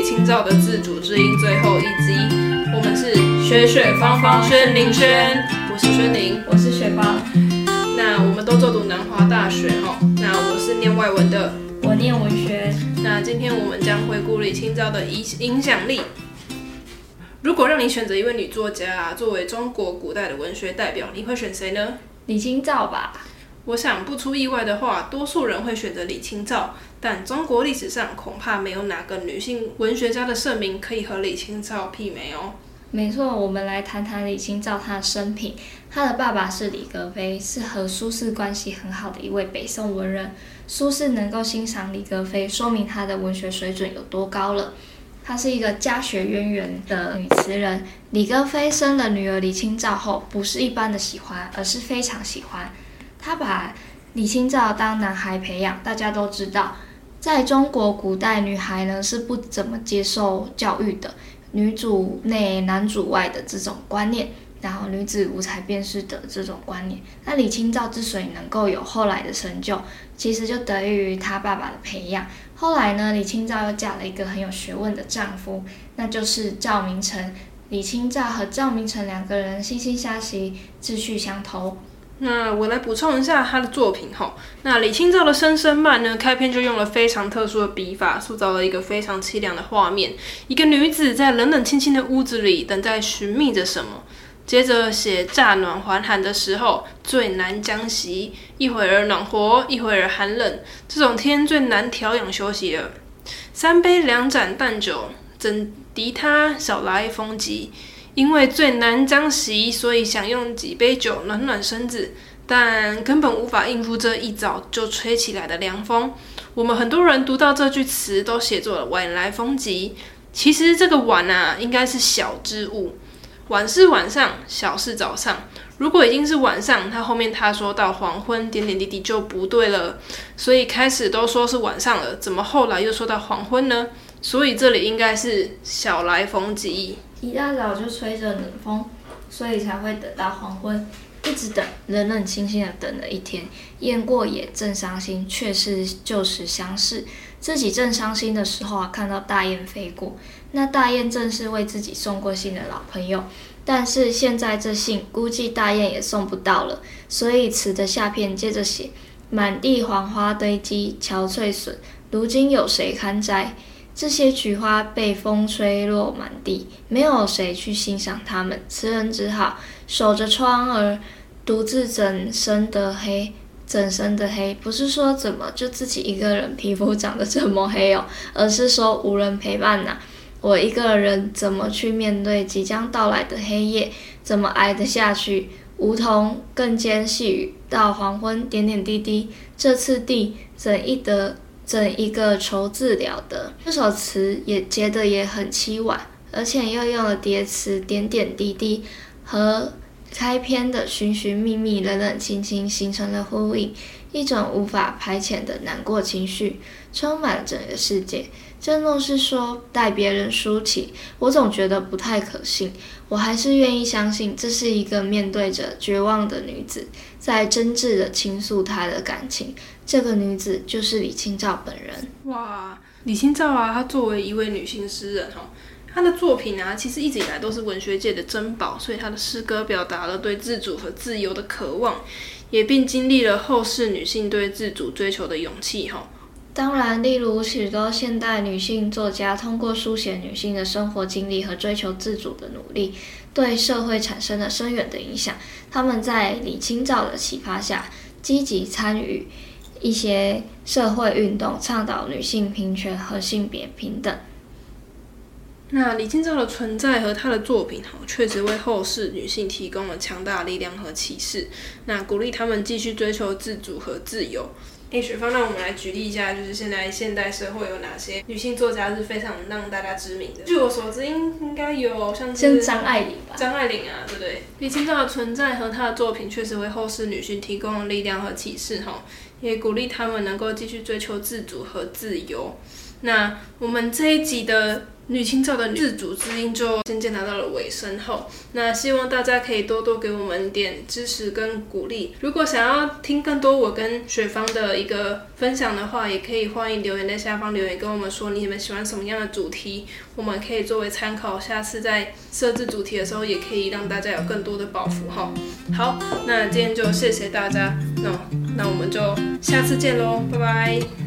清照的自主之音最后一集，我们是雪雪芳芳轩宁轩，我是轩宁， 我是雪芳。 那我们都就读南华大学那我是念外文的， 我念文学。 那今天我们将回顾李清照的影响力。如果让你选择一位女作家作为中国古代的文学代表，你会选谁呢？ 李清照吧。 我想不出意外的话，多数人会选择李清照，但中国历史上恐怕没有哪个女性文学家的盛名可以和李清照媲美哦。 没错，我们来谈谈李清照她的生平。她的爸爸是李格非，是和苏轼关系很好的一位北宋文人。苏轼能够欣赏李格非，说明他的文学水准有多高了。她是一个家学渊源的女词人。李格非生了女儿李清照后，不是一般的喜欢，而是非常喜欢。他把李清照当男孩培养。大家都知道，在中国古代，女孩呢是不怎么接受教育的，女主内男主外的这种观念，然后女子无才便是德这种观念。那李清照之所以能够有后来的成就，其实就得益于她爸爸的培养。后来呢，李清照又嫁了一个很有学问的丈夫，那就是赵明诚。李清照和赵明诚两个人惺惺相惜，志趣相投。 那我来补充一下他的作品那李清照的《声声慢》呢，开篇就用了非常特殊的笔法，塑造了一个非常凄凉的画面，一个女子在冷冷清清的屋子里等待寻觅着什么。接着写乍暖还寒的时候，最难将息，一会儿暖和，一会儿寒冷，这种天最难调养休息了。三杯两盏淡酒，怎敌他少来风急。因为最难将息，所以想用几杯酒暖暖身子，但根本无法应付这一早就吹起来的凉风。我们很多人读到这句词都写作了晚来风急，其实这个晚应该是小之物，晚是晚上，小是早上。如果已经是晚上，后面他说到黄昏点点滴滴就不对了，所以开始都说是晚上了，怎么后来又说到黄昏呢？所以这里应该是小来风急， 一大早就吹着冷风，所以才会等到黄昏，一直等，冷冷清清的等了一天。雁过也正伤心，却是旧时相识。自己正伤心的时候看到大雁飞过，那大雁正是为自己送过信的老朋友。但是现在这信估计大雁也送不到了，所以词的下片接着写：满地黄花堆积，憔悴损，如今有谁堪摘？这些菊花被风吹落满地，没有谁去欣赏它们，词人只好守着窗儿，独自整身的黑。整身的黑，不是说怎么就自己一个人皮肤长得这么黑而是说无人陪伴我一个人怎么去面对即将到来的黑夜？怎么挨得下去？梧桐更兼细雨，到黄昏点点滴滴，这次第怎一个愁字了得。这首词也接得也很凄婉，而且又用了叠词点点滴滴和开篇的寻寻觅觅，冷冷清清形成了呼应，一种无法排遣的难过情绪充满了整个世界。正若是说带别人抒情，我总觉得不太可信。我还是愿意相信，这是一个面对着绝望的女子，在真挚地倾诉她的感情。这个女子就是李清照本人。 哇，李清照她作为一位女性诗人她的作品其实一直以来都是文学界的珍宝，所以她的诗歌表达了对自主和自由的渴望，也并经历了后世女性对自主追求的勇气当然，例如许多现代女性作家通过书写女性的生活经历和追求自主的努力，对社会产生了深远的影响。她们在李清照的启发下，积极参与一些社会运动，倡导女性平权和性别平等。 那李清照的存在和她的作品确实为后世女性提供了强大的力量和启示，那鼓励她们继续追求自主和自由。雪芳，那我们来举例一下，就是现在现代社会有哪些女性作家是非常让大家知名的？据我所知，应该有像张爱玲吧？ 张爱玲对不对？李清照的存在和她的作品确实为后世女性提供了力量和启示也鼓励他们能够继续追求自主和自由。那我们这一集的女青照的自主之音就渐渐来到了尾声后，那希望大家可以多多给我们点支持跟鼓励。如果想要听更多我跟雪芳的一个分享的话，也可以欢迎留言在下方留言跟我们说你们喜欢什么样的主题，我们可以作为参考，下次在设置主题的时候也可以让大家有更多的抱负哈。好，那今天就谢谢大家，那我们就下次见喽，拜拜。